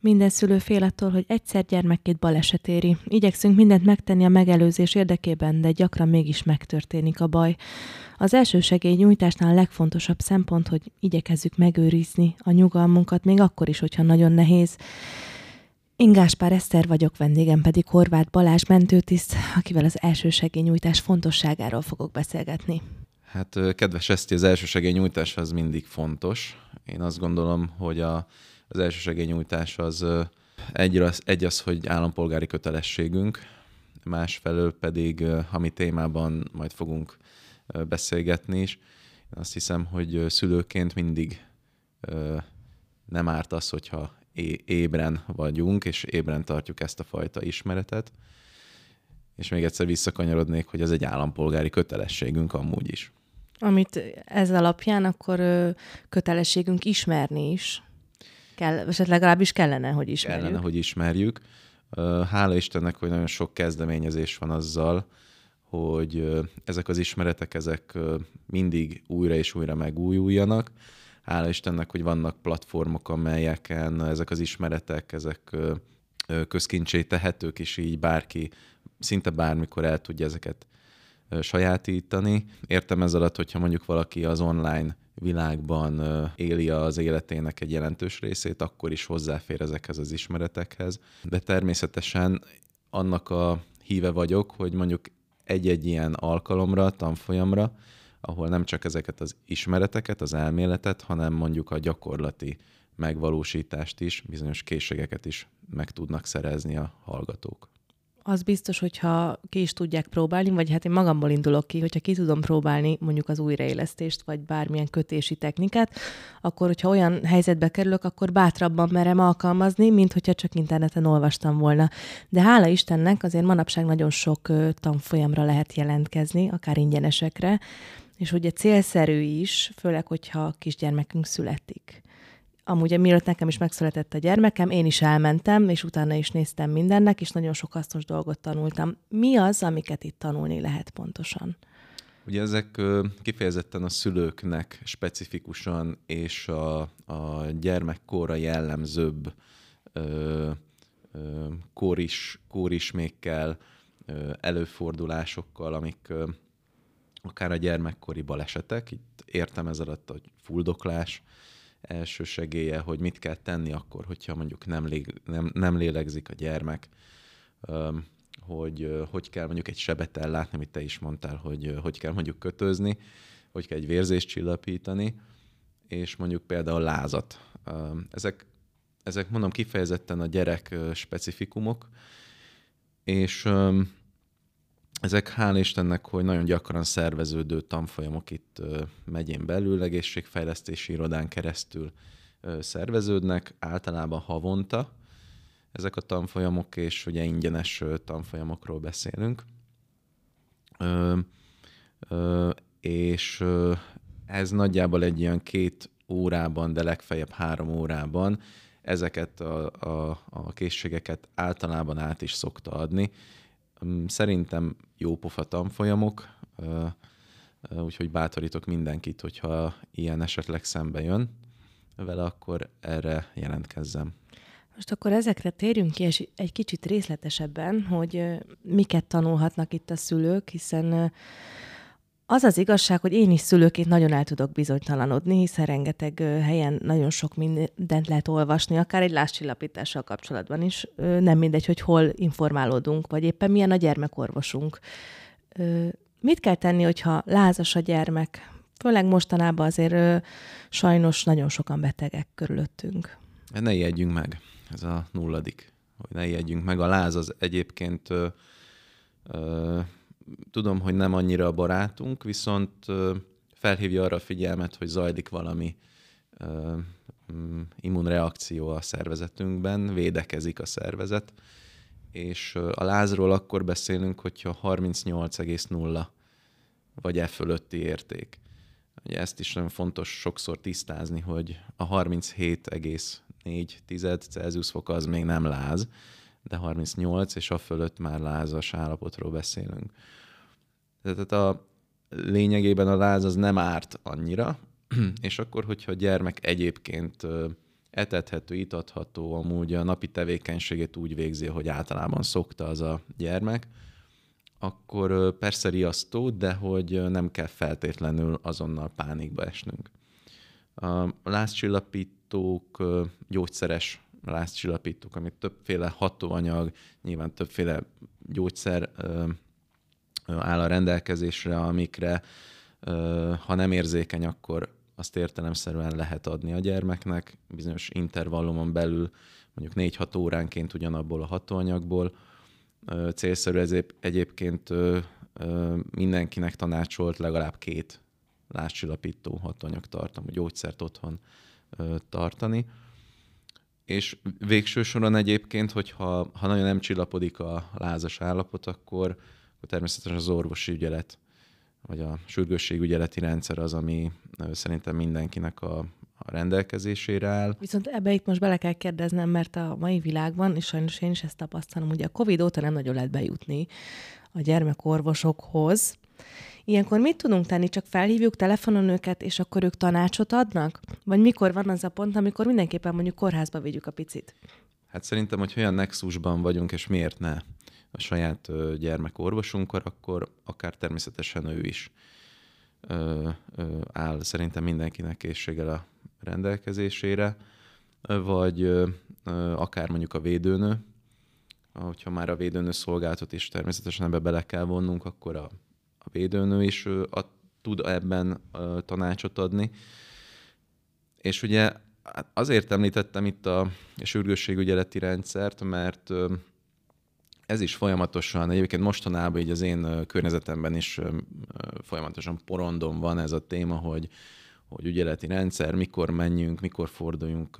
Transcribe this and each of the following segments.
Minden szülő fél attól, hogy egyszer gyermekét baleset éri. Igyekszünk mindent megtenni a megelőzés érdekében, de gyakran mégis megtörténik a baj. Az elsősegély nyújtásnál a legfontosabb szempont, hogy igyekezzük megőrizni a nyugalmunkat, még akkor is, hogyha nagyon nehéz. Én Gáspár Eszter vagyok, vendégem pedig Horváth Balázs mentőtiszt, akivel az elsősegélynyújtás fontosságáról fogok beszélgetni. Hát kedves Eszti, az elsősegélynyújtás az mindig fontos. Én azt gondolom, hogy az elsősegélynyújtás az egy az, hogy állampolgári kötelességünk, másfelől pedig, ami témában majd fogunk beszélgetni is, én azt hiszem, hogy szülőként mindig nem árt az, hogyha ébren vagyunk, és ébren tartjuk ezt a fajta ismeretet. És még egyszer visszakanyarodnék, hogy ez egy állampolgári kötelességünk amúgy is. Amit ez alapján akkor kötelességünk ismerni is. Legalábbis kellene, hogy ismerjük. Kellene, hogy ismerjük. Hála Istennek, hogy nagyon sok kezdeményezés van azzal, hogy ezek az ismeretek ezek mindig újra és újra megújuljanak. Hála Istennek, hogy vannak platformok, amelyeken ezek az ismeretek, ezek közkincsé tehetők, és így bárki szinte bármikor el tudja ezeket sajátítani. Értem ez alatt, hogyha mondjuk valaki az online világban éli az életének egy jelentős részét, akkor is hozzáfér ezekhez az ismeretekhez. De természetesen annak a híve vagyok, hogy mondjuk egy-egy ilyen alkalomra, tanfolyamra, ahol nem csak ezeket az ismereteket, az elméletet, hanem mondjuk a gyakorlati megvalósítást is, bizonyos készségeket is meg tudnak szerezni a hallgatók. Az biztos, hogyha ki is tudják próbálni, vagy hát én magamból indulok ki, hogyha ki tudom próbálni mondjuk az újraélesztést, vagy bármilyen kötési technikát, akkor, hogyha olyan helyzetbe kerülök, akkor bátrabban merem alkalmazni, mint hogyha csak interneten olvastam volna. De hála Istennek azért manapság nagyon sok tanfolyamra lehet jelentkezni, akár ingyenesekre, és ugye célszerű is, főleg, hogyha kisgyermekünk születik. Amúgy, mielőtt nekem is megszületett a gyermekem, én is elmentem, és utána is néztem mindennek, és nagyon sok hasznos dolgot tanultam. Mi az, amiket itt tanulni lehet pontosan? Ugye ezek kifejezetten a szülőknek specifikusan, és a gyermekkorra jellemzőbb kórismékkel, előfordulásokkal, amik akár a gyermekkori balesetek, itt értem ez alatt, hogy fuldoklás, első segélye, hogy mit kell tenni akkor, hogyha mondjuk nem lélegzik a gyermek, hogy kell mondjuk egy sebet ellátni, amit te is mondtál, hogy kell mondjuk kötözni, hogy kell egy vérzést csillapítani, és mondjuk például lázat. Ezek mondom kifejezetten a gyerek specifikumok, és ezek hál' Istennek, hogy nagyon gyakran szerveződő tanfolyamok itt megyén belül, egészségfejlesztési irodán keresztül szerveződnek, általában havonta ezek a tanfolyamok, és ugye ingyenes tanfolyamokról beszélünk. És ez nagyjából egy ilyen 2 órában, de legfeljebb 3 órában ezeket a készségeket általában át is szokta adni. Szerintem jópofa tanfolyamok, úgyhogy bátorítok mindenkit, hogyha ilyen esetleg szembe jön vele, akkor erre jelentkezzem. Most akkor ezekre térjünk ki, és egy kicsit részletesebben, hogy miket tanulhatnak itt a szülők, hiszen az az igazság, hogy én is szülőként nagyon el tudok bizonytalanodni, hiszen rengeteg helyen nagyon sok mindent lehet olvasni, akár egy lázcsillapítással kapcsolatban is. Nem mindegy, hogy hol informálódunk, vagy éppen milyen a gyermekorvosunk. Mit kell tenni, hogyha lázas a gyermek? Főleg mostanában azért sajnos nagyon sokan betegek körülöttünk. Ne ijedjünk meg, ez a 0. hogy ne ijedjünk meg. A láz az egyébként tudom, hogy nem annyira a barátunk, viszont felhívja arra a figyelmet, hogy zajlik valami immunreakció a szervezetünkben, védekezik a szervezet, és a lázról akkor beszélünk, hogyha 38,0 vagy e fölötti érték. Ugye ezt is nagyon fontos sokszor tisztázni, hogy a 37,4 Celsius fok az még nem láz, de 38 és a fölött már lázas állapotról beszélünk. Tehát lényegében a láz az nem árt annyira, és akkor, hogyha a gyermek egyébként etethető, itatható, amúgy a napi tevékenységét úgy végzi, hogy általában szokta az a gyermek, akkor persze riasztó, de hogy nem kell feltétlenül azonnal pánikba esnünk. A lázcsillapítók, gyógyszeres lázcsillapítók, amit többféle hatóanyag, nyilván többféle gyógyszer áll a rendelkezésre, amikre ha nem érzékeny, akkor azt értelemszerűen lehet adni a gyermeknek, bizonyos intervallumon belül, mondjuk 4-6 óránként ugyanabból a hatóanyagból. Célszerű egyébként mindenkinek tanácsolt legalább 2 lázcsillapító hatóanyag tartalmú gyógyszert otthon tartani. És végső soron egyébként, hogyha nagyon nem csillapodik a lázas állapot, akkor természetesen az orvosi ügyelet, vagy a sürgősségügyeleti rendszer az, ami szerintem mindenkinek a rendelkezésére áll. Viszont ebbe itt most bele kell kérdeznem, mert a mai világban, és sajnos én is ezt tapasztalom, ugye a Covid óta nem nagyon lehet bejutni a gyermekorvosokhoz. Ilyenkor mit tudunk tenni? Csak felhívjuk telefonon őket, és akkor ők tanácsot adnak? Vagy mikor van az a pont, amikor mindenképpen mondjuk kórházba vigyük a picit? Hát szerintem, hogy olyan nexusban vagyunk, és miért ne a saját gyermekorvosunkkal, akkor akár természetesen ő is áll szerintem mindenkinek készséggel a rendelkezésére, vagy akár mondjuk a védőnő. Hogyha már a védőnő szolgáltat is természetesen ebbe bele kell vonnunk, akkor a védőnő is tud ebben tanácsot adni. És ugye azért említettem itt a sürgősségügyeleti rendszert, mert ez is folyamatosan, egyébként mostanában így az én környezetemben is folyamatosan porondon van ez a téma, hogy ügyeleti rendszer, mikor menjünk, mikor forduljunk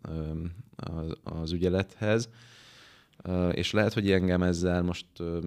az ügyelethez. És lehet, hogy engem ezzel most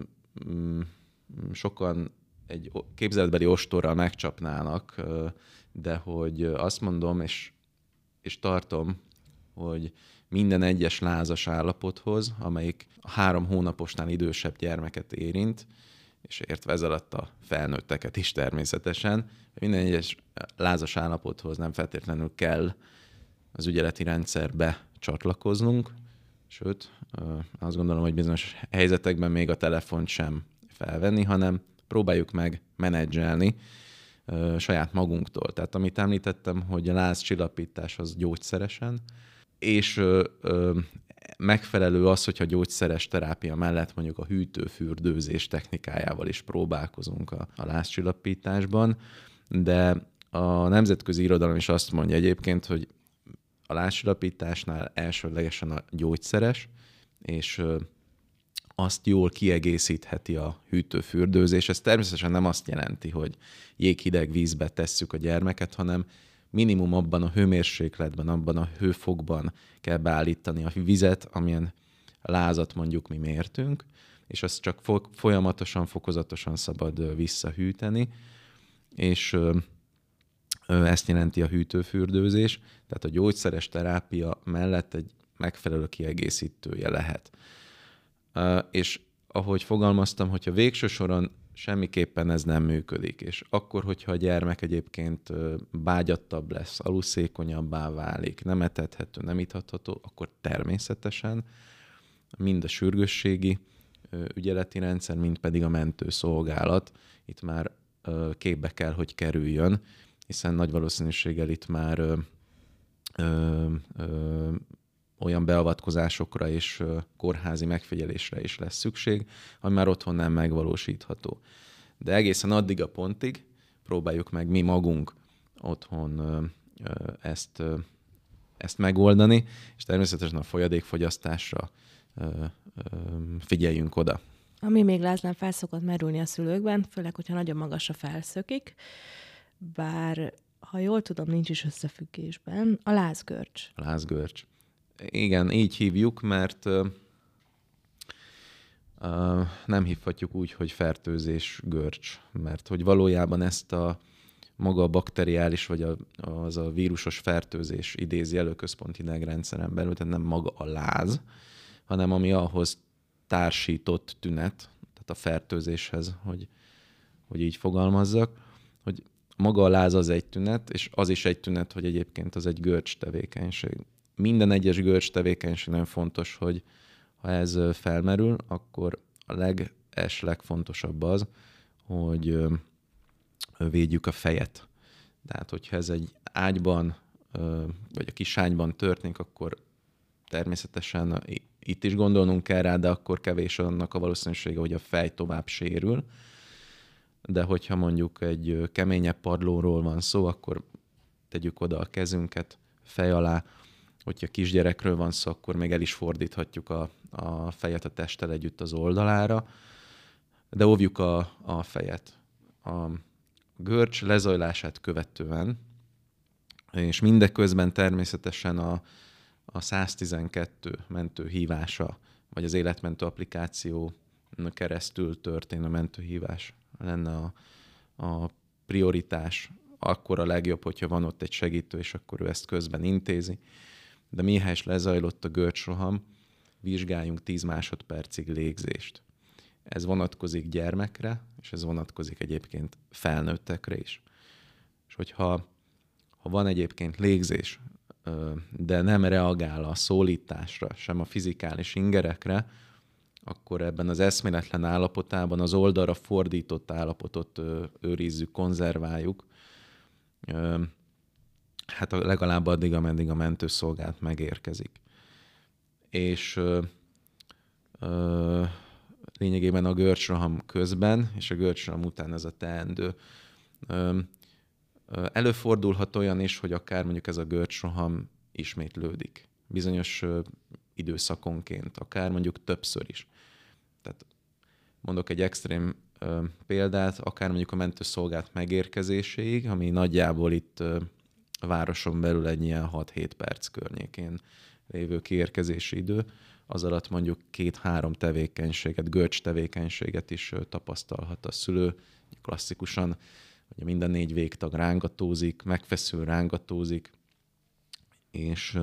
sokan egy képzeletbeli ostorral megcsapnának, de hogy azt mondom, és tartom, hogy minden egyes lázas állapothoz, amelyik a 3 hónaposnál idősebb gyermeket érint, és értve ez alatt a felnőtteket is természetesen, minden egyes lázas állapothoz nem feltétlenül kell az ügyeleti rendszerbe csatlakoznunk, sőt, azt gondolom, hogy bizonyos helyzetekben még a telefont sem felvenni, hanem próbáljuk meg menedzselni saját magunktól. Tehát amit említettem, hogy a lázcsillapítás az gyógyszeresen, és megfelelő az, hogyha gyógyszeres terápia mellett mondjuk a hűtőfürdőzés technikájával is próbálkozunk a lázcsillapításban, de a nemzetközi irodalom is azt mondja egyébként, hogy a lázcsillapításnál elsődlegesen a gyógyszeres, és azt jól kiegészítheti a hűtőfürdőzés. Ez természetesen nem azt jelenti, hogy jéghideg vízbe tesszük a gyermeket, hanem minimum abban a hőmérsékletben, abban a hőfokban kell beállítani a vizet, amilyen lázat mondjuk mi mértünk, és azt csak folyamatosan, fokozatosan szabad visszahűteni, és ezt jelenti a hűtőfürdőzés, tehát a gyógyszeres terápia mellett egy megfelelő kiegészítője lehet. És ahogy fogalmaztam, hogyha végső soron semmiképpen ez nem működik, és akkor, hogyha a gyermek egyébként bágyattabb lesz, aluszékonyabbá válik, nem etethető, nem ithatható, akkor természetesen mind a sürgősségi ügyeleti rendszer, mind pedig a mentőszolgálat itt már képbe kell, hogy kerüljön, hiszen nagy valószínűséggel itt már olyan beavatkozásokra és kórházi megfigyelésre is lesz szükség, ami már otthon nem megvalósítható. De egészen addig a pontig próbáljuk meg mi magunk otthon ezt megoldani, és természetesen a folyadékfogyasztásra figyeljünk oda. Ami még láznám fel szokott merülni a szülőkben, főleg, hogyha nagyon magasra felszökik, bár ha jól tudom, nincs is összefüggésben, a lázgörcs. A lázgörcs. Igen, így hívjuk, mert nem hívhatjuk úgy, hogy fertőzés görcs, mert hogy valójában ezt a maga a bakteriális, vagy az a vírusos fertőzés idézi elő központi idegrendszeren belül, tehát nem maga a láz, hanem ami ahhoz társított tünet, tehát a fertőzéshez, hogy így fogalmazzak, hogy maga a láz az egy tünet, és az is egy tünet, hogy egyébként az egy görcs tevékenység. minden egyes görcs tevékenység nagyon fontos, hogy ha ez felmerül, akkor a legfontosabb az, hogy védjük a fejet. Tehát, hogyha ez egy ágyban, vagy a kis ágyban történik, akkor természetesen itt is gondolnunk kell rá, de akkor kevés annak a valószínűsége, hogy a fej tovább sérül. De hogyha mondjuk egy keményebb padlóról van szó, akkor tegyük oda a kezünket fej alá. Hogyha kisgyerekről van szó, akkor még el is fordíthatjuk a fejet a testtel együtt az oldalára, de óvjuk a fejet. A görcs lezajlását követően, és mindeközben természetesen a 112 mentőhívása, vagy az életmentő applikáció keresztül történő mentőhívás lenne a prioritás. Akkor a legjobb, hogyha van ott egy segítő, és akkor ő ezt közben intézi. De mihelyes lezajlott a görcsroham, vizsgáljunk 10 másodpercig légzést. Ez vonatkozik gyermekre, és ez vonatkozik egyébként felnőttekre is. És hogyha van egyébként légzés, de nem reagál a szólításra, sem a fizikális ingerekre, akkor ebben az eszméletlen állapotában az oldalra fordított állapotot őrizzük, konzerváljuk, hát legalább addig, ameddig a mentőszolgálat megérkezik. És lényegében a görcsroham közben, és a görcsroham után ez a teendő. Előfordulhat olyan is, hogy akár mondjuk ez a görcsroham ismétlődik bizonyos időszakonként, akár mondjuk többször is. Tehát mondok egy extrém példát, akár mondjuk a mentőszolgálat megérkezéséig, ami nagyjából itt a városon belül egy ilyen 6-7 perc környékén lévő kiérkezési idő, az alatt mondjuk 2-3 tevékenységet, görcs tevékenységet is tapasztalhat a szülő. Klasszikusan ugye minden 4 végtag rángatózik, megfeszül, rángatózik, és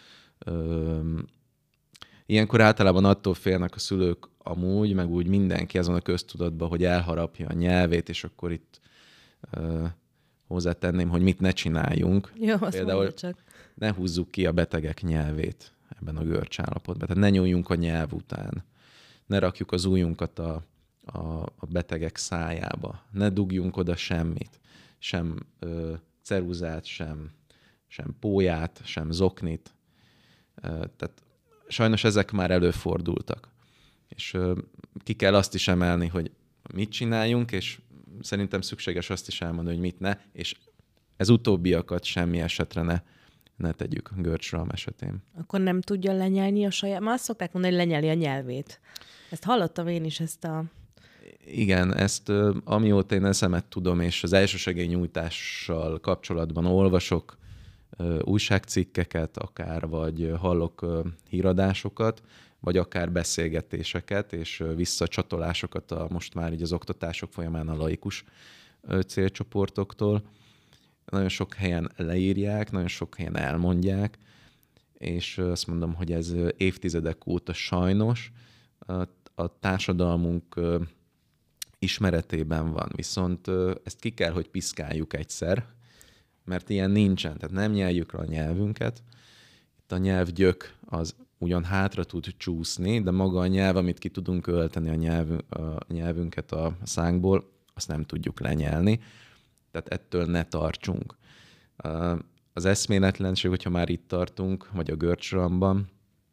ilyenkor általában attól félnek a szülők amúgy, meg úgy mindenki azon a köztudatban, hogy elharapja a nyelvét, és akkor itt hozzátenném, hogy mit ne csináljunk. Jó, például csak ne húzzuk ki a betegek nyelvét ebben a görcs állapotban. Tehát ne nyúljunk a nyelv után. Ne rakjuk az ujjunkat a betegek szájába. Ne dugjunk oda semmit. Sem ceruzát, sem pólyát, sem zoknit. Tehát sajnos ezek már előfordultak. És ki kell azt is emelni, hogy mit csináljunk, és szerintem szükséges azt is elmondani, hogy mit ne, és ez utóbbiakat semmi esetre ne tegyük görcsroham esetén. Akkor nem tudja lenyelni a saját... Már azt szokták mondani, hogy lenyeli a nyelvét. Ezt hallottam én is, ezt a... Igen, ezt amióta én eszemet tudom, és az elsősegélynyújtással kapcsolatban olvasok újságcikkeket, akár, vagy hallok híradásokat, vagy akár beszélgetéseket, és visszacsatolásokat most már így az oktatások folyamán a laikus célcsoportoktól. Nagyon sok helyen leírják, nagyon sok helyen elmondják, és azt mondom, hogy ez évtizedek óta sajnos a társadalmunk ismeretében van. Viszont ezt ki kell, hogy piszkáljuk egyszer, mert ilyen nincsen, tehát nem nyeljük rá a nyelvünket. Itt a nyelvgyök az ugyan hátra tud csúszni, de maga a nyelv, amit ki tudunk ölteni a nyelvünket a szánkból, azt nem tudjuk lenyelni. Tehát ettől ne tartsunk. Az eszméletlenség, hogyha már itt tartunk, vagy a görcsrohamban,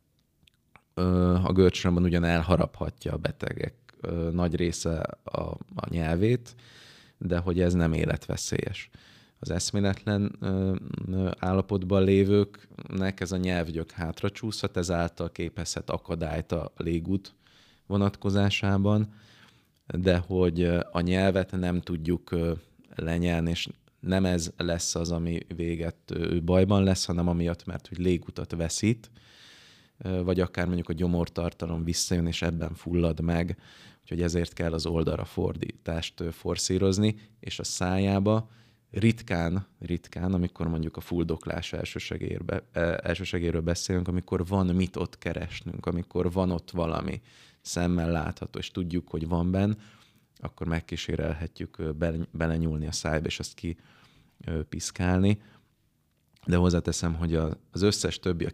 ugyan elharaphatja a betegek nagy része a nyelvét, de hogy ez nem életveszélyes. Az eszméletlen állapotban lévőknek ez a nyelvgyök hátra csúszhat, ezáltal képezhet akadályt a légút vonatkozásában, de hogy a nyelvet nem tudjuk lenyelni, és nem ez lesz az, ami véget ő bajban lesz, hanem amiatt, mert hogy légutat veszít, vagy akár mondjuk a gyomortartalom visszajön, és ebben fullad meg, úgyhogy ezért kell az oldalra fordítást forszírozni, és a szájába ritkán, amikor mondjuk a fuldoklás elsősegélyről beszélünk, amikor van mit ott keresnünk, amikor van ott valami szemmel látható, és tudjuk, hogy van benn, akkor megkísérelhetjük belenyúlni a szájba, és azt kipiszkálni. de hozzáteszem, hogy az összes többi, a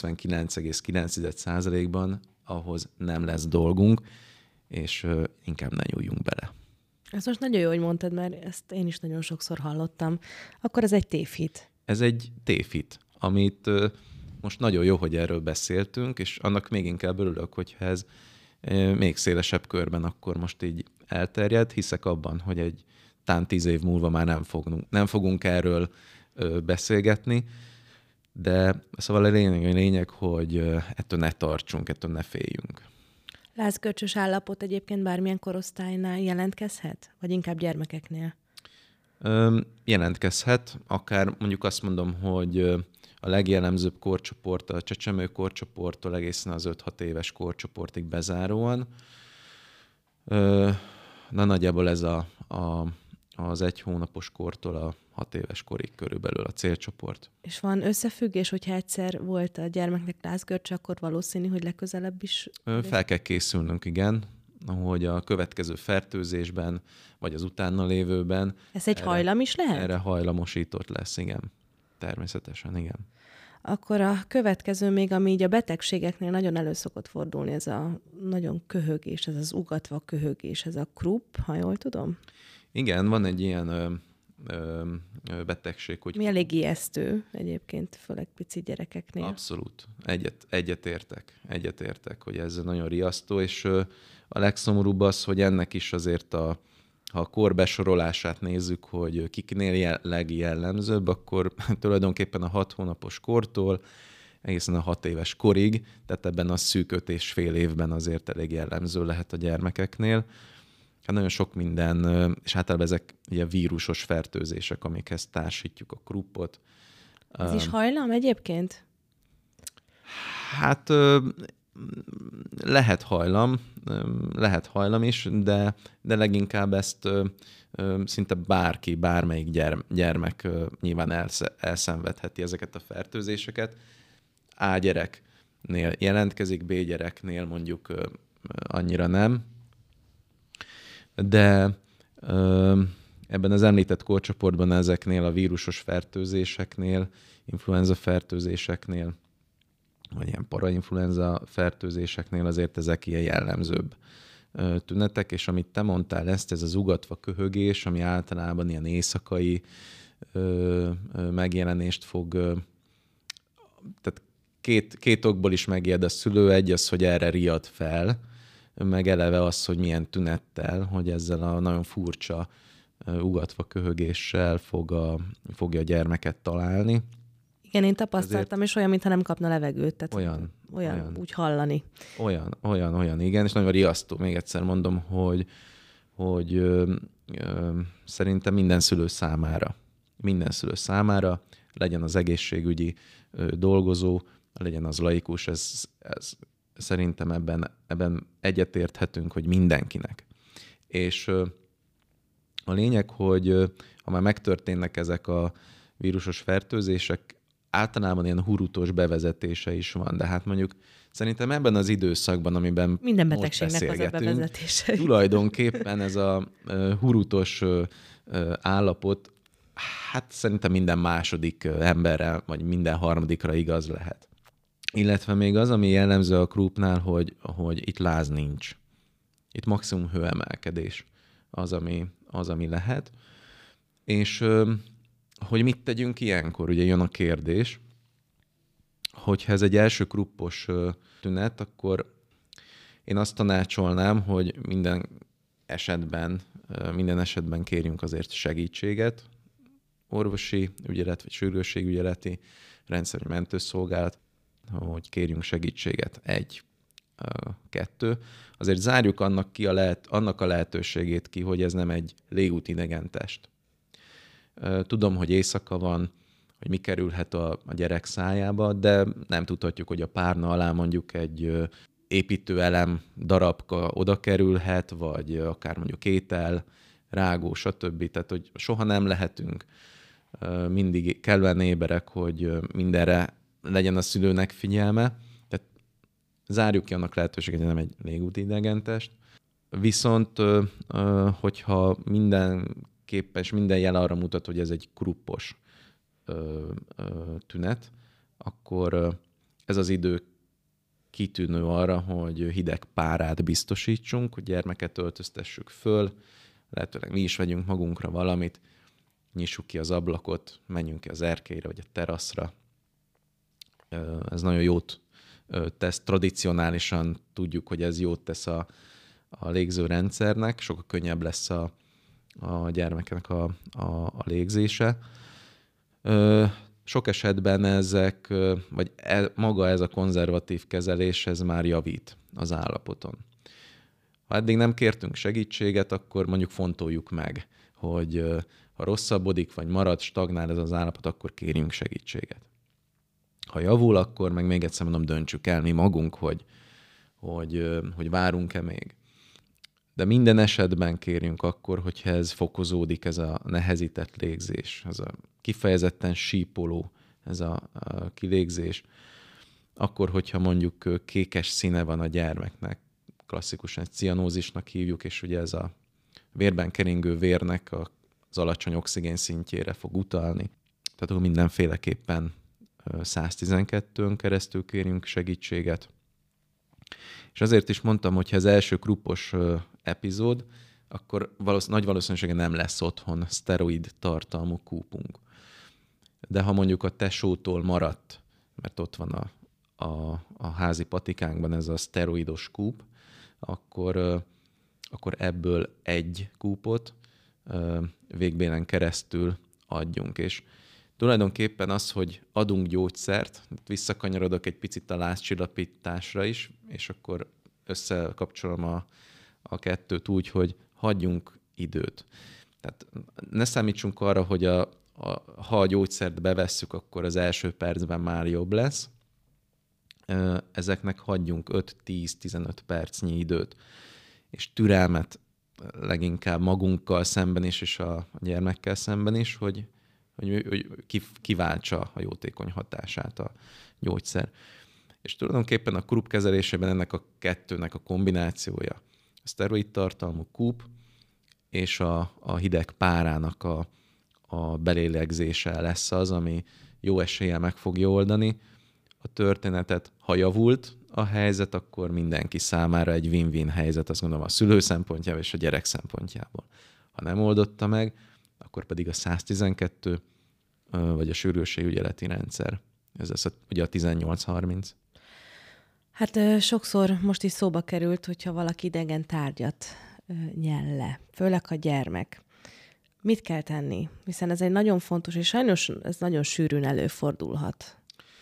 99,9%-ban ahhoz nem lesz dolgunk, és inkább ne nyúljunk bele. Ez most nagyon jó, hogy mondtad, mert ezt én is nagyon sokszor hallottam. Akkor ez egy tévhit. Ez egy tévhit, amit most nagyon jó, hogy erről beszéltünk, és annak még inkább örülök, hogyha ez még szélesebb körben akkor most így elterjed. Hiszek abban, hogy egy 10 év múlva már nem fogunk erről beszélgetni, de szóval a lényeg, hogy ettől ne tartsunk, ettől ne féljünk. Lázgörcsös állapot egyébként bármilyen korosztálynál jelentkezhet? Vagy inkább gyermekeknél? Jelentkezhet, akár mondjuk azt mondom, hogy a legjellemzőbb korcsoport a csecsemő korcsoporttól egészen az 5-6 éves korcsoportig bezáróan. Na nagyjából ez az 1 hónapos kortól a 6 éves korig körülbelül a célcsoport. És van összefüggés, hogyha egyszer volt a gyermeknek lázgörcse, akkor valószínű, hogy legközelebb is... Fel kell készülnünk, igen, hogy a következő fertőzésben, vagy az utána lévőben... Ez egy hajlam is lehet? Erre hajlamosított lesz, igen. Természetesen, igen. Akkor a következő még, ami így a betegségeknél nagyon elő szokott fordulni, ez a nagyon köhögés, ez az ugatva köhögés, ez a Krupp, ha jól tudom? Igen, van egy ilyen betegség, hogy... Mi elég ijesztő egyébként, főleg pici gyerekeknél. Abszolút. Egyetértek, hogy ez nagyon riasztó, és a legszomorúbb az, hogy ennek is azért ha a korbesorolását nézzük, hogy kiknél legjellemzőbb, akkor tulajdonképpen a 6 hónapos kortól egészen a 6 éves korig, tehát ebben a szűk 5,5 évben azért elég jellemző lehet a gyermekeknél. Hát nagyon sok minden, és általában ezek ugye vírusos fertőzések, amikhez társítjuk a Kruppot. Ez is hajlam egyébként? Hát lehet hajlam is, de leginkább ezt szinte bármelyik gyermek nyilván elszenvedheti ezeket a fertőzéseket. A gyereknél jelentkezik, B gyereknél mondjuk annyira nem. De ebben az említett korcsoportban ezeknél a vírusos fertőzéseknél, influenza fertőzéseknél, vagy ilyen parainfluenza fertőzéseknél azért ezek ilyen jellemzőbb tünetek, és amit te mondtál, ez az ugatva köhögés, ami általában ilyen éjszakai megjelenést fog, tehát két okból is megijed a szülő, egy az, hogy erre riad fel, meg eleve az, hogy milyen tünettel, hogy ezzel a nagyon furcsa ugatva köhögéssel fogja a gyermeket találni. Igen, én tapasztaltam, és olyan, mintha nem kapna levegőt, tehát olyan úgy hallani. Olyan, igen, és nagyon riasztó. Még egyszer mondom, hogy szerintem minden szülő számára legyen az egészségügyi dolgozó, legyen az laikus, ez szerintem ebben egyetérthetünk, hogy mindenkinek. És a lényeg, hogy ha már megtörténnek ezek a vírusos fertőzések, általában ilyen hurutos bevezetése is van, de hát mondjuk szerintem ebben az időszakban, amiben minden most betegségnek az a bevezetése. Tulajdonképpen ez a hurutos állapot, hát szerintem minden második emberre, vagy minden harmadikra igaz lehet. Illetve még az, ami jellemző a Kruppnál, hogy itt láz nincs. Itt maximum hőemelkedés az, ami lehet. És hogy mit tegyünk ilyenkor? Ugye jön a kérdés, hogyha ez egy első Kruppos tünet, akkor én azt tanácsolnám, hogy minden esetben kérjünk azért segítséget, orvosi ügyelet, vagy sürgősségügyeleti rendszerű mentőszolgálat, hogy kérjünk segítséget. 1, 2. Azért zárjuk annak a lehetőségét ki, hogy ez nem egy légúti-idegen test. Tudom, hogy éjszaka van, hogy mi kerülhet a gyerek szájába, de nem tudhatjuk, hogy a párna alá mondjuk egy építőelem darabka oda kerülhet, vagy akár mondjuk étel, rágó, stb. Tehát, hogy soha nem lehetünk mindig kellően éberek, hogy mindenre legyen a szülőnek figyelme. Tehát zárjuk ki annak lehetőséget, hogy nem egy légúti idegen test. Viszont, hogyha mindenképpen, és minden jel arra mutat, hogy ez egy Kruppos tünet, akkor ez az idő kitűnő arra, hogy hideg párát biztosítsunk, hogy gyermeket öltöztessük föl, lehetőleg mi is vegyünk magunkra valamit, nyissuk ki az ablakot, menjünk ki az erkélyre vagy a teraszra. Ez nagyon jót tesz, tradicionálisan tudjuk, hogy ez jót tesz a légzőrendszernek, sokkal könnyebb lesz a gyermeknek a légzése. Sok esetben ezek, vagy maga ez a konzervatív kezelés, ez már javít az állapoton. Ha eddig nem kértünk segítséget, akkor mondjuk fontoljuk meg, hogy ha rosszabbodik, vagy marad, stagnál ez az állapot, akkor kérjünk segítséget. Ha javul, akkor meg még egyszer mondom, döntsük el mi magunk, hogy várunk-e még. De minden esetben kérjünk akkor, hogyha ez fokozódik, ez a nehezített légzés, ez a kifejezetten sípoló, ez a kilégzés, akkor, hogyha mondjuk kékes színe van a gyermeknek, klasszikusan egy cianózisnak hívjuk, és ugye ez a vérben keringő vérnek az alacsony oxigén szintjére fog utalni. Tehát akkor mindenféleképpen 112-ön keresztül kérjünk segítséget. És azért is mondtam, hogy ha az első krupos epizód, akkor nagy valószínűséggel nem lesz otthon szteroid tartalmú kúpunk. De ha mondjuk a tesótól maradt, mert ott van a házi patikánkban ez a szteroidos kúp, akkor ebből egy kúpot végbélen keresztül adjunk. És tulajdonképpen az, hogy adunk gyógyszert, visszakanyarodok egy picit a lázcsillapításra is, és akkor összekapcsolom a kettőt úgy, hogy hagyjunk időt. Tehát ne számítsunk arra, hogy ha a gyógyszert bevesszük, akkor az első percben már jobb lesz. Ezeknek hagyjunk 5-10-15 percnyi időt, és türelmet leginkább magunkkal szemben is, és a gyermekkel szemben is, hogy kiváltsa a jótékony hatását a gyógyszer. És tulajdonképpen a kúp kezelésében ennek a kettőnek a kombinációja, a szteroid tartalmú kúp és a hideg párának a belélegzése lesz az, ami jó eséllyel meg fogja oldani a történetet. Ha javult a helyzet, akkor mindenki számára egy win-win helyzet, azt gondolom a szülő szempontjából és a gyerek szempontjából. Ha nem oldotta meg, akkor pedig a 112 vagy a sürgősségügyeleti rendszer. Ez lesz ugye a 1830. Hát sokszor most is szóba került, hogyha valaki idegen tárgyat nyel le, főleg a gyermek. Mit kell tenni? Hiszen ez egy nagyon fontos, és sajnos ez nagyon sűrűn előfordulhat.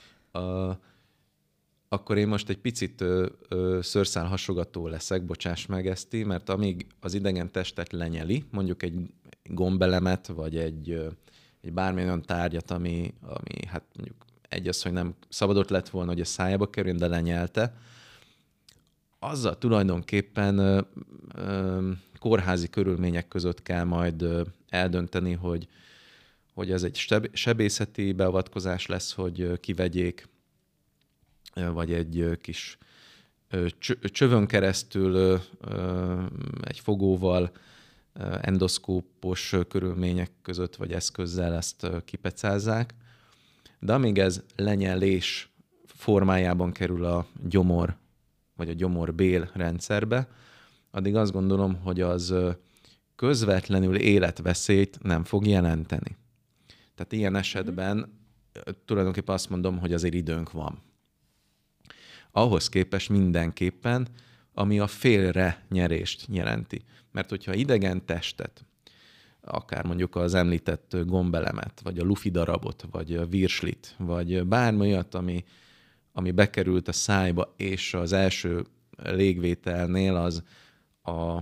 Akkor én most egy picit szőrszál hasogató leszek, bocsáss meg Eszti, mert amíg az idegen testet lenyeli, mondjuk egy gombelemet, vagy egy bármilyen olyan tárgyat, ami hát mondjuk az, hogy nem szabadott lett volna, hogy a szájába kerüljön, de lenyelte, azzal tulajdonképpen kórházi körülmények között kell majd eldönteni, hogy ez egy sebészeti beavatkozás lesz, hogy kivegyék, vagy egy kis csövön keresztül egy fogóval, endoszkópos körülmények között, vagy eszközzel ezt kipecázzák. De amíg ez lenyelés formájában kerül a gyomor, vagy a gyomorbél rendszerbe, addig azt gondolom, hogy az közvetlenül életveszélyt nem fog jelenteni. Tehát ilyen esetben tulajdonképpen azt mondom, hogy azért időnk van. Ahhoz képest mindenképpen, ami a félre nyerést jelenti. Mert hogyha idegen testet, akár mondjuk az említett gombelemet, vagy a lufi darabot, vagy a virslit, vagy bármi olyat, ami bekerült a szájba, és az első légvételnél az a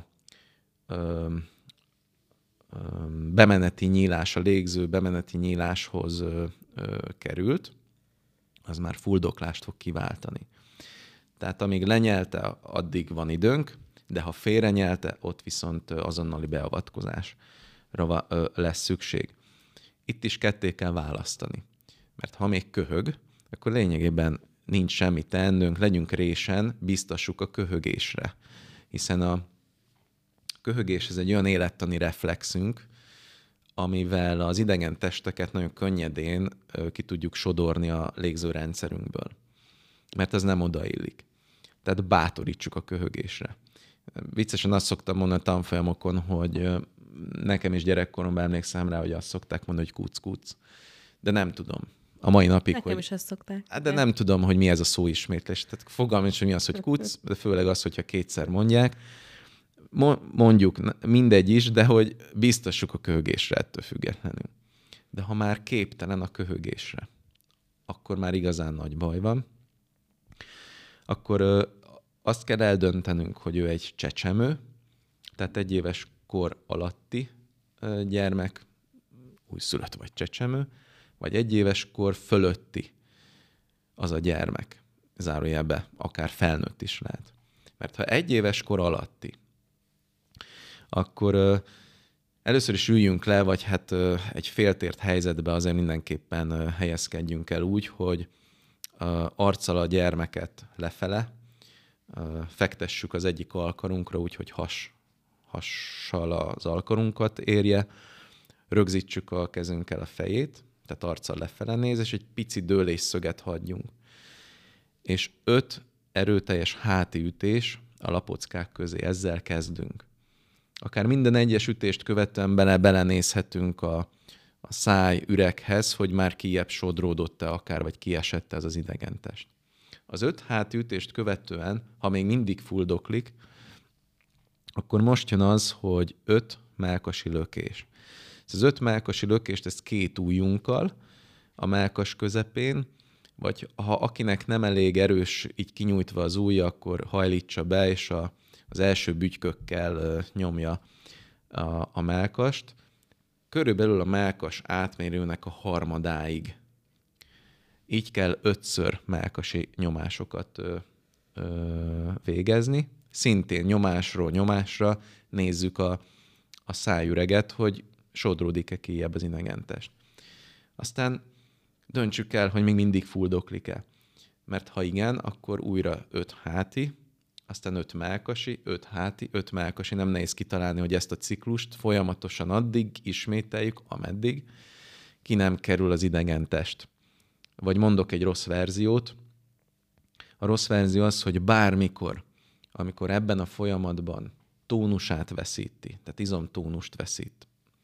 bemeneti nyílás, a légző bemeneti nyíláshoz került, az már fuldoklást fog kiváltani. Tehát amíg lenyelte, addig van időnk, de ha félrenyelte, ott viszont azonnali beavatkozásra lesz szükség. Itt is ketté kell választani. Mert ha még köhög, akkor lényegében nincs semmi teendőnk, legyünk résen, biztassuk a köhögésre. Hiszen a köhögés ez egy olyan élettani reflexünk, amivel az idegen testeket nagyon könnyedén ki tudjuk sodorni a légzőrendszerünkből. Mert ez nem odaillik. Tehát bátorítsuk a köhögésre. Viccesen azt szoktam mondani a tanfolyamokon, hogy nekem is gyerekkoromban emlékszem rá, hogy azt szokták mondani, hogy kuc-kuc. De nem tudom. A mai napig, Nekem is ezt szokták. Hát de nem tudom, hogy mi ez a szóismétlés. Tehát fogalmam is, hogy mi az, hogy kuc, de főleg az, hogyha kétszer mondják. Mondjuk mindegy is, de hogy biztassuk a köhögésre ettől függetlenül. De ha már képtelen a köhögésre, akkor már igazán nagy baj van. Akkor azt kell eldöntenünk, hogy ő egy csecsemő, tehát 1 éves kor alatti gyermek, újszülött vagy csecsemő, vagy 1 éves kor fölötti az a gyermek. Zárójelbe, akár felnőtt is lehet. Mert ha 1 éves kor alatti, akkor először is üljünk le, vagy hát egy féltért helyzetbe azért mindenképpen helyezkedjünk el úgy, hogy arccal a gyermeket lefele, fektessük az egyik alkarunkra úgy, hogy hassal az alkarunkat érje, rögzítsük a kezünkkel a fejét, tehát arccal lefele néz, és egy pici dőlésszöget hagyjunk. És 5 erőteljes háti ütés a lapockák közé, ezzel kezdünk. Akár minden egyes ütést követően belenézhetünk a száj üreghez, hogy már kijebb sodródott-e akár, vagy kiesett ez az idegentest. Az 5 háti ütést követően, ha még mindig fuldoklik, akkor most jön az, hogy 5 mellkasi lökés. Az 5 mellkasi lökést, ezt 2 ujjunkkal a mellkas közepén, vagy ha akinek nem elég erős, így kinyújtva az ujja, akkor hajlítsa be, és az első bütykökkel nyomja a mellkast. Körülbelül a mellkas átmérőnek a harmadáig. Így kell 5-ször mellkasi nyomásokat végezni. Szintén nyomásról nyomásra nézzük a szájüreget, hogy sodródik-e kijebb az idegentest. Aztán döntsük el, hogy még mindig fuldoklik-e. Mert ha igen, akkor újra 5 háti, aztán 5 mellkasi, 5 háti, 5 mellkasi. Nem nehéz kitalálni, hogy ezt a ciklust folyamatosan addig ismételjük, ameddig ki nem kerül az idegentest. Vagy mondok egy rossz verziót. A rossz verzió az, hogy bármikor, amikor ebben a folyamatban tónusát veszíti, tehát izomtónust veszít,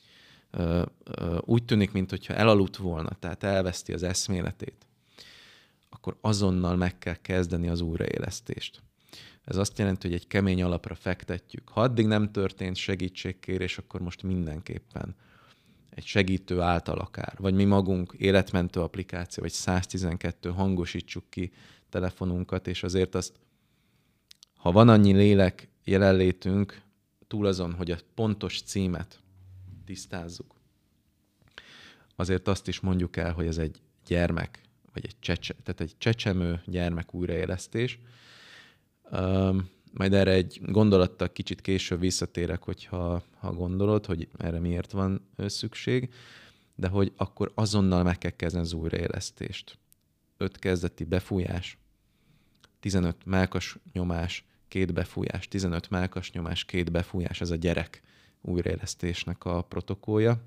úgy tűnik, mintha elaludt volna, tehát elveszti az eszméletét, akkor azonnal meg kell kezdeni az újraélesztést. Ez azt jelenti, hogy egy kemény alapra fektetjük. Ha addig nem történt segítségkérés, akkor most mindenképpen egy segítő által akár, vagy mi magunk életmentő applikáció, vagy 112 hangosítsuk ki telefonunkat, és azért azt, ha van annyi lélek jelenlétünk, túl azon, hogy a pontos címet tisztázzuk, azért azt is mondjuk el, hogy ez egy gyermek, vagy tehát egy csecsemő gyermek újraélesztés. Majd erre egy gondolattal kicsit később visszatérek, hogyha gondolod, hogy erre miért van szükség, de hogy akkor azonnal meg kell kezdeni az újraélesztést. 5 kezdeti befújás, 15 mellkas nyomás, 2 befújás, 15 mellkas nyomás, 2 befújás, ez a gyerek újraélesztésnek a protokollja.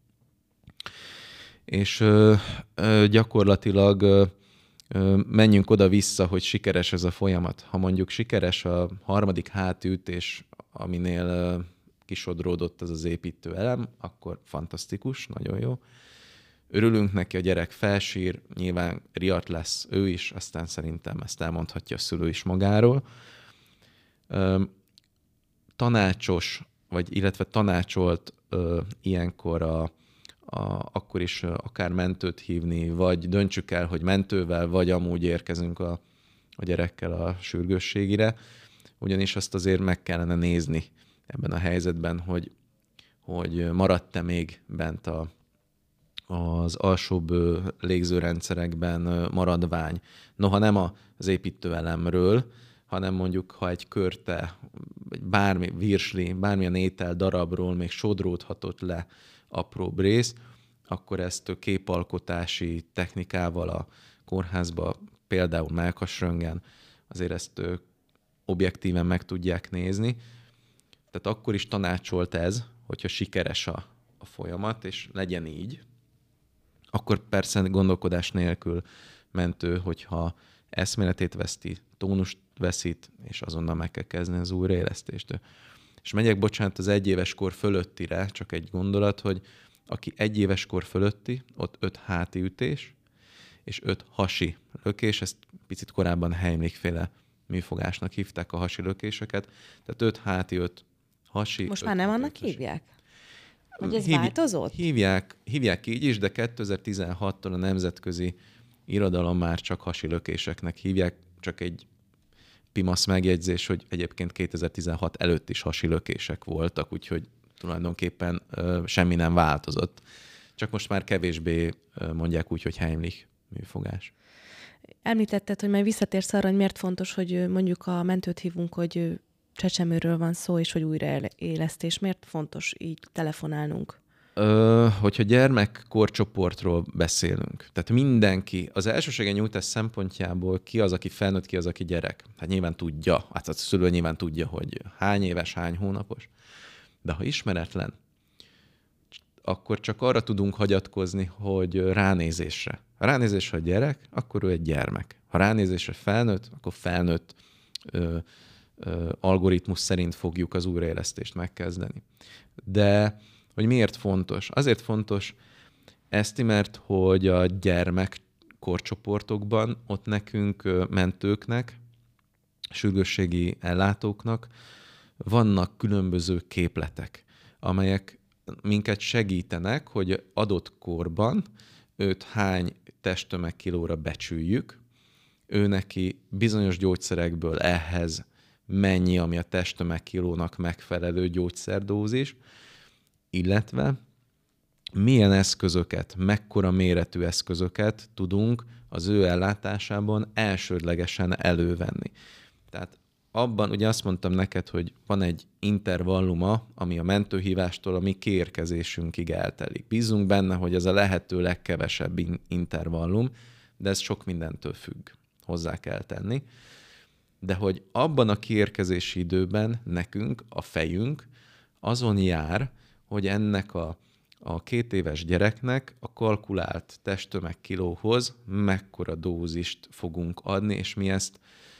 És gyakorlatilag menjünk oda-vissza, hogy sikeres ez a folyamat. Ha mondjuk sikeres a 3. hátütés, aminél kisodródott ez az építő elem, akkor fantasztikus, nagyon jó. Örülünk neki, a gyerek felsír, nyilván riadt lesz ő is, aztán szerintem ezt elmondhatja a szülő is magáról. Tanácsos, illetve tanácsolt ilyenkor akkor is akár mentőt hívni, vagy döntsük el, hogy mentővel, vagy amúgy érkezünk a gyerekkel a sürgősségire, ugyanis azt azért meg kellene nézni ebben a helyzetben, hogy maradt-e még bent az alsóbb légzőrendszerekben maradvány. Noha nem az építőelemről, hanem mondjuk, ha egy körte, vagy bármi virsli, bármilyen étel darabról még sodródhatott le apróbb rész, akkor ezt képalkotási technikával a kórházba, például mellkasröntgen, azért ezt objektíven meg tudják nézni. Tehát akkor is tanácsolt ez, hogyha sikeres a a folyamat, és legyen így, akkor persze gondolkodás nélkül mentő, hogyha eszméletét veszti, tónust veszít, és azonnal meg kell kezdeni az újraélesztést. És megyek, bocsánat, az 1 éves kor fölöttire, csak egy gondolat, hogy aki 1 éves kor fölötti, ott 5 háti ütés, és 5 hasi lökés, ezt picit korábban Heimlich-féle műfogásnak hívták a hasi lökéseket, tehát 5 háti, 5 hasi. Most már nem annak hívják? Hogy ez változott? Hívják így is, de 2016-tól a nemzetközi irodalom már csak hasi lökéseknek hívják, csak egy pimasz megjegyzés, hogy egyébként 2016 előtt is hasi lökések voltak, úgyhogy tulajdonképpen semmi nem változott. Csak most már kevésbé mondják úgy, hogy Heimlich műfogás. Említetted, hogy majd visszatérsz arra, hogy miért fontos, hogy mondjuk a mentőt hívunk, hogy csecsemőről van szó, és hogy újraélesztés. Miért fontos így telefonálnunk? Hogyha gyermekkorcsoportról beszélünk, tehát mindenki, az elsősége nyújtás szempontjából ki az, aki felnőtt, ki az, aki gyerek. Hát nyilván tudja, hát a szülő nyilván tudja, hogy hány éves, hány hónapos. De ha ismeretlen, akkor csak arra tudunk hagyatkozni, hogy ránézésre. Ha ránézésre a gyerek, akkor ő egy gyermek. Ha ránézésre felnőtt, akkor felnőtt algoritmus szerint fogjuk az újraélesztést megkezdeni. De hogy miért fontos? Azért fontos ezt, mert hogy a gyermekkorcsoportokban ott nekünk mentőknek, sürgősségi ellátóknak vannak különböző képletek, amelyek minket segítenek, hogy adott korban őt hány testtömegkilóra becsüljük, ő neki bizonyos gyógyszerekből ehhez mennyi, ami a testtömegkilónak megfelelő gyógyszerdózis, illetve milyen eszközöket, mekkora méretű eszközöket tudunk az ő ellátásában elsődlegesen elővenni. Tehát abban ugye azt mondtam neked, hogy van egy intervalluma, ami a mentőhívástól a mi kiérkezésünkig eltelik. Bízunk benne, hogy ez a lehető legkevesebb intervallum, de ez sok mindentől függ, hozzá kell tenni. De hogy abban a kiérkezési időben nekünk, a fejünk azon jár, hogy ennek a 2 éves gyereknek a kalkulált testtömegkilóhoz mekkora dózist fogunk adni, és mi ezt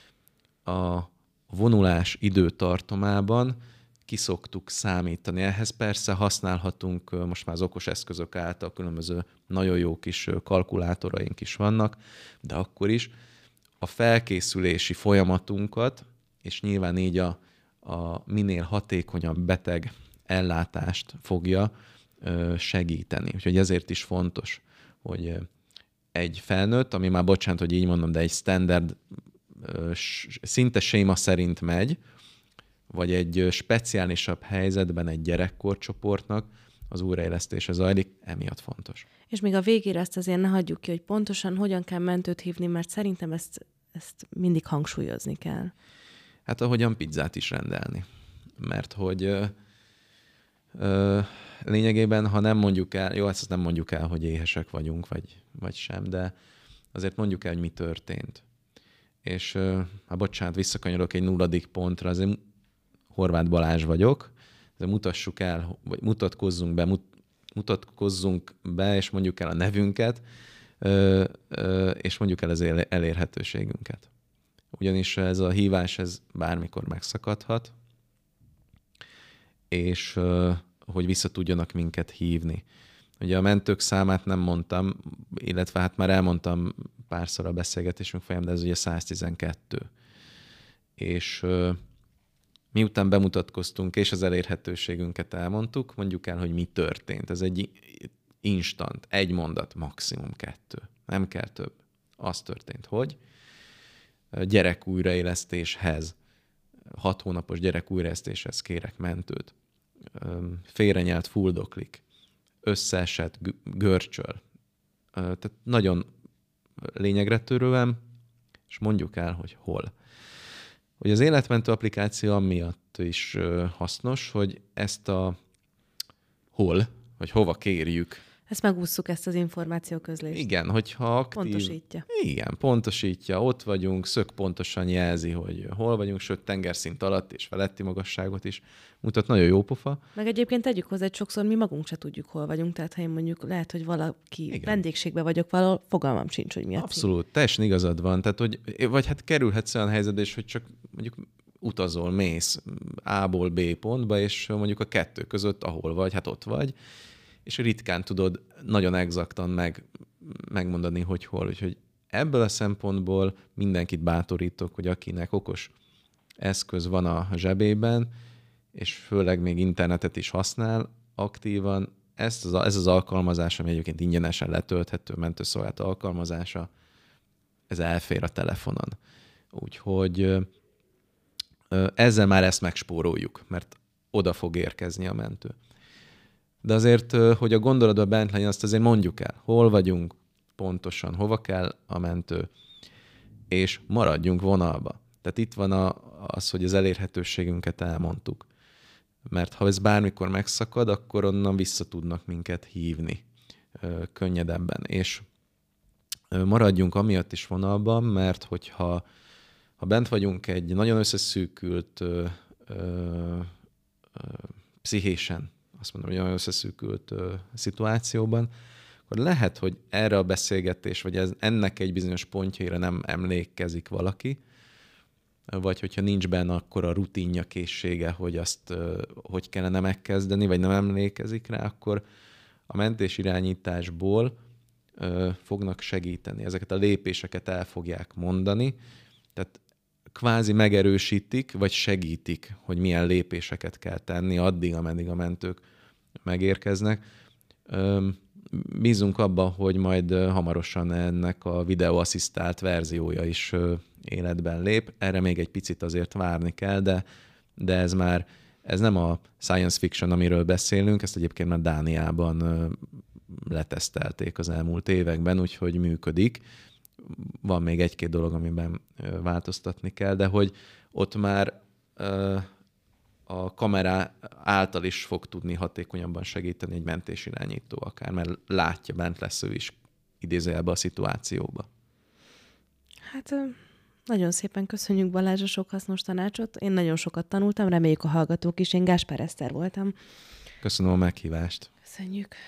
a vonulás időtartamában ki szoktuk számítani. Ehhez persze használhatunk most már az okos eszközök által különböző nagyon jó kis kalkulátoraink is vannak, de akkor is a felkészülési folyamatunkat, és nyilván így a minél hatékonyabb beteg ellátást fogja segíteni. Úgyhogy ezért is fontos, hogy egy felnőtt, ami már bocsánat, hogy így mondom, de egy standard szinte séma szerint megy, vagy egy speciálisabb helyzetben egy gyerekkorcsoportnak az újraélesztése zajlik, emiatt fontos. És még a végére ezt azért ne hagyjuk ki, hogy pontosan hogyan kell mentőt hívni, mert szerintem ezt mindig hangsúlyozni kell. Hát ahogyan pizzát is rendelni. Mert hogy lényegében, ha nem mondjuk el, jó, ezt nem mondjuk el, hogy éhesek vagyunk, vagy sem, de azért mondjuk el, hogy mi történt. És bocsánat, visszakanyarok egy 0. pontra, azért Horváth Balázs vagyok, de mutassuk el, vagy mutatkozzunk be, és mondjuk el a nevünket, és mondjuk el az elérhetőségünket. Ugyanis ez a hívás, ez bármikor megszakadhat, és hogy vissza tudjanak minket hívni. Ugye a mentők számát nem mondtam, illetve hát már elmondtam párszor a beszélgetésünk folyamán, de ez ugye 112. És miután bemutatkoztunk, és az elérhetőségünket elmondtuk, mondjuk el, hogy mi történt. Ez egy instant, 1 mondat, maximum 2. Nem kell több. Az történt, hogy gyerek újraélesztéshez, 6 hónapos gyerek újraélesztéshez kérek mentőt. Félrenyelt fuldoklik, összeesett, görcsöl. Tehát nagyon lényegre törően, és mondjuk el, hogy hol. Hogy az életmentő applikáció amiatt is hasznos, hogy ezt a hol, vagy hova kérjük. Ezt megússzuk, ezt az információközlést. Igen, hogyha aktív... Pontosítja. Igen, pontosítja, ott vagyunk, pontosan jelzi, hogy hol vagyunk, sőt tengerszint alatt és feletti magasságot is mutat, nagyon jó pofa. Meg egyébként tegyük hozzá, hogy sokszor mi magunk se tudjuk, hol vagyunk, tehát ha én mondjuk lehet, hogy valaki Igen. vendégségbe vagyok valahol, fogalmam sincs, hogy mi a cím. Abszolút, teljesen igazad van, tehát hogy, vagy hát kerülhetsz olyan helyzetbe is, hogy csak mondjuk utazol, mész A-ból B pontba, és mondjuk a kettő között, ahol vagy, hát ott vagy, és ritkán tudod nagyon exaktan megmondani, hogy hol. Úgyhogy ebből a szempontból mindenkit bátorítok, hogy akinek okos eszköz van a zsebében, és főleg még internetet is használ aktívan, ez az alkalmazás, ami egyébként ingyenesen letölthető mentőszolgálat alkalmazása, ez elfér a telefonon. Úgyhogy ezzel már ezt megspóroljuk, mert oda fog érkezni a mentő. De azért, hogy a gondolatban bent legyen, azt azért mondjuk el, hol vagyunk pontosan, hova kell a mentő, és maradjunk vonalba. Tehát itt van az, hogy az elérhetőségünket elmondtuk. Mert ha ez bármikor megszakad, akkor onnan vissza tudnak minket hívni könnyedebben. És maradjunk amiatt is vonalban, mert hogyha bent vagyunk egy nagyon összeszűkült pszichésen, azt mondom, hogy nagyon összeszűkült szituációban, akkor lehet, hogy erre a beszélgetés, vagy ennek egy bizonyos pontjaira nem emlékezik valaki, vagy hogyha nincs benne akkor a rutinja, készsége, hogy azt hogy kellene megkezdeni, vagy nem emlékezik rá, akkor a mentésirányításból fognak segíteni. Ezeket a lépéseket el fogják mondani, tehát kvázi megerősítik, vagy segítik, hogy milyen lépéseket kell tenni addig, ameddig a mentők megérkeznek. Bízunk abban, hogy majd hamarosan ennek a videóasszisztált verziója is életben lép. Erre még egy picit azért várni kell, de ez nem a science fiction, amiről beszélünk, ezt egyébként már Dániában letesztelték az elmúlt években, úgyhogy működik. Van még egy-két dolog, amiben változtatni kell, de hogy ott már a kamera által is fog tudni hatékonyabban segíteni egy mentésirányító akár, mert látja, bent lesz ő is idézőjelbe a szituációba. Hát nagyon szépen köszönjük, Balázs, a sok hasznos tanácsot. Én nagyon sokat tanultam, reméljük a hallgatók is. Én Gáspár Eszter voltam. Köszönöm a meghívást. Köszönjük.